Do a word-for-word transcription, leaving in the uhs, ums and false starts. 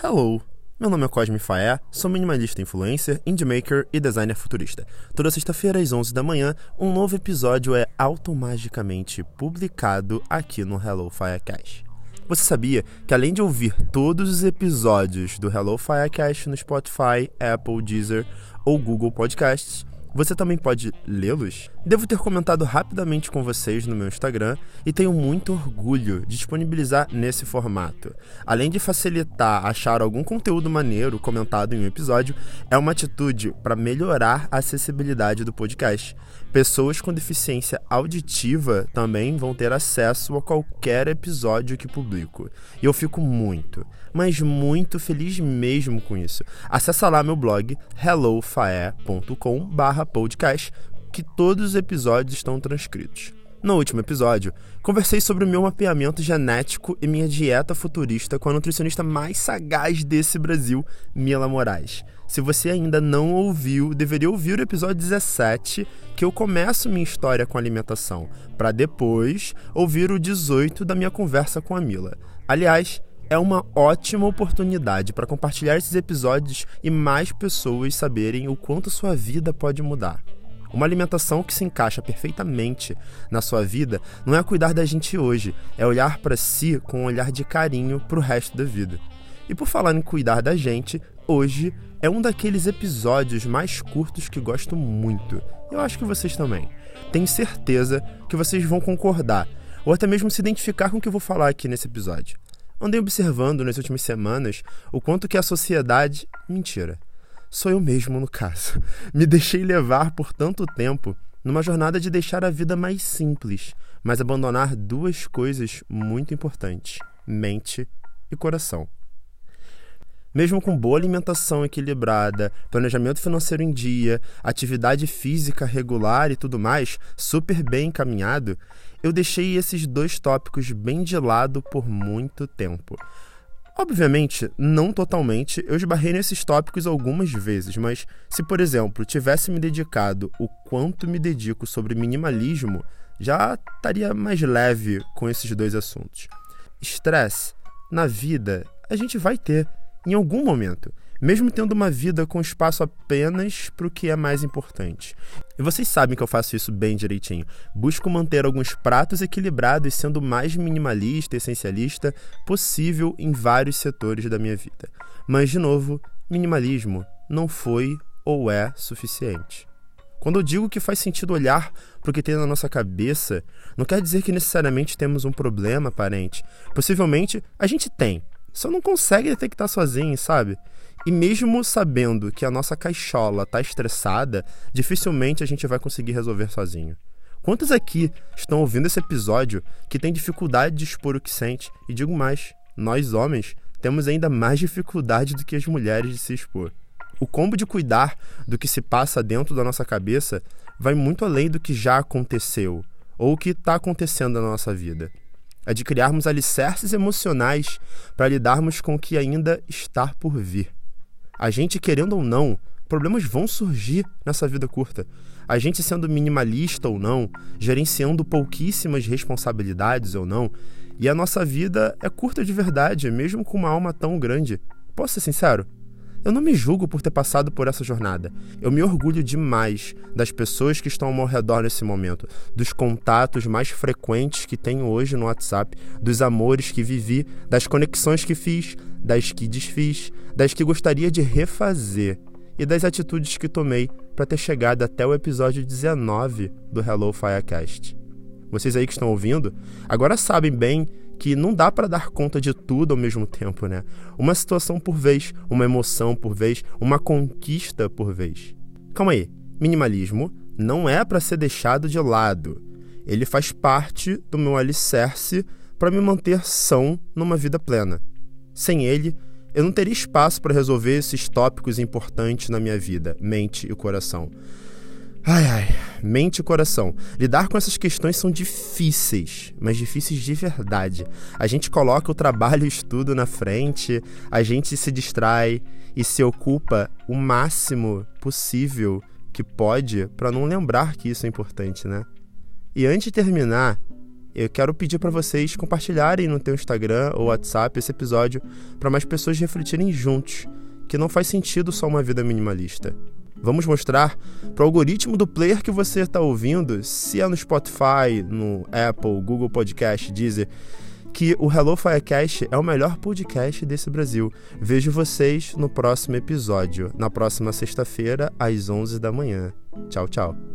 Hello! Meu nome é Cosme Faé, sou minimalista influencer, indie maker e designer futurista. Toda sexta-feira às onze da manhã, um novo episódio é automaticamente publicado aqui no Hello Firecast. Você sabia que além de ouvir todos os episódios do Hello Firecast no Spotify, Apple, Deezer ou Google Podcasts, você também pode lê-los? Devo ter comentado rapidamente com vocês no meu Instagram e tenho muito orgulho de disponibilizar nesse formato. Além de facilitar achar algum conteúdo maneiro comentado em um episódio, é uma atitude para melhorar a acessibilidade do podcast. Pessoas com deficiência auditiva também vão ter acesso a qualquer episódio que publico. E eu fico muito, mas muito feliz mesmo com isso. Acessa lá meu blog hello faé ponto com barra podcast, que todos os episódios estão transcritos. No último episódio, conversei sobre o meu mapeamento genético e minha dieta futurista com a nutricionista mais sagaz desse Brasil, Mila Moraes. Se você ainda não ouviu, deveria ouvir o episódio dezessete, que eu começo minha história com alimentação, para depois ouvir o dezoito da minha conversa com a Mila. Aliás, é uma ótima oportunidade para compartilhar esses episódios e mais pessoas saberem o quanto sua vida pode mudar. Uma alimentação que se encaixa perfeitamente na sua vida não é cuidar da gente hoje, é olhar para si com um olhar de carinho para o resto da vida. E por falar em cuidar da gente, hoje é um daqueles episódios mais curtos que gosto muito. Eu acho que vocês também. Tenho certeza que vocês vão concordar, ou até mesmo se identificar com o que eu vou falar aqui nesse episódio. Andei observando nas últimas semanas o quanto que a sociedade... Mentira. Sou eu mesmo, no caso. Me deixei levar por tanto tempo numa jornada de deixar a vida mais simples, mas abandonar duas coisas muito importantes: mente e coração. Mesmo com boa alimentação equilibrada, planejamento financeiro em dia, atividade física regular e tudo mais, super bem encaminhado, eu deixei esses dois tópicos bem de lado por muito tempo. Obviamente, não totalmente, eu esbarrei nesses tópicos algumas vezes, mas se, por exemplo, tivesse me dedicado o quanto me dedico sobre minimalismo, já estaria mais leve com esses dois assuntos. Estresse, na vida, a gente vai ter, em algum momento, mesmo tendo uma vida com espaço apenas para o que é mais importante. E vocês sabem que eu faço isso bem direitinho. Busco manter alguns pratos equilibrados, sendo o mais minimalista e essencialista possível em vários setores da minha vida. Mas, de novo, minimalismo não foi ou é suficiente. Quando eu digo que faz sentido olhar para o que tem na nossa cabeça, não quer dizer que necessariamente temos um problema aparente. Possivelmente, a gente tem. Só não consegue detectar sozinho, sabe? E mesmo sabendo que a nossa caixola está estressada, dificilmente a gente vai conseguir resolver sozinho. Quantos aqui estão ouvindo esse episódio que têm dificuldade de expor o que sente? E digo mais, nós homens temos ainda mais dificuldade do que as mulheres de se expor. O combo de cuidar do que se passa dentro da nossa cabeça vai muito além do que já aconteceu ou o que está acontecendo na nossa vida. É de criarmos alicerces emocionais para lidarmos com o que ainda está por vir. A gente, querendo ou não, problemas vão surgir nessa vida curta. A gente sendo minimalista ou não, gerenciando pouquíssimas responsabilidades ou não, e a nossa vida é curta de verdade, mesmo com uma alma tão grande. Posso ser sincero? Eu não me julgo por ter passado por essa jornada. Eu me orgulho demais das pessoas que estão ao meu redor nesse momento, dos contatos mais frequentes que tenho hoje no WhatsApp, dos amores que vivi, das conexões que fiz, das que desfiz, das que gostaria de refazer e das atitudes que tomei para ter chegado até o episódio dezenove do Hello Firecast. Vocês aí que estão ouvindo, agora sabem bem que não dá para dar conta de tudo ao mesmo tempo, né? Uma situação por vez, uma emoção por vez, uma conquista por vez. Calma aí, minimalismo não é para ser deixado de lado. Ele faz parte do meu alicerce para me manter são numa vida plena. Sem ele, eu não teria espaço para resolver esses tópicos importantes na minha vida, mente e coração. Ai, ai, mente e coração. Lidar com essas questões são difíceis, mas difíceis de verdade. A gente coloca o trabalho e o estudo na frente, a gente se distrai e se ocupa o máximo possível que pode para não lembrar que isso é importante, né? E antes de terminar, Eu quero pedir para vocês compartilharem no teu Instagram ou WhatsApp esse episódio para mais pessoas refletirem juntos, que não faz sentido só uma vida minimalista. Vamos mostrar para o algoritmo do player que você está ouvindo, se é no Spotify, no Apple, Google Podcast, Deezer, que o Hello Firecast é o melhor podcast desse Brasil. Vejo vocês no próximo episódio, na próxima sexta-feira, às onze da manhã. Tchau, tchau.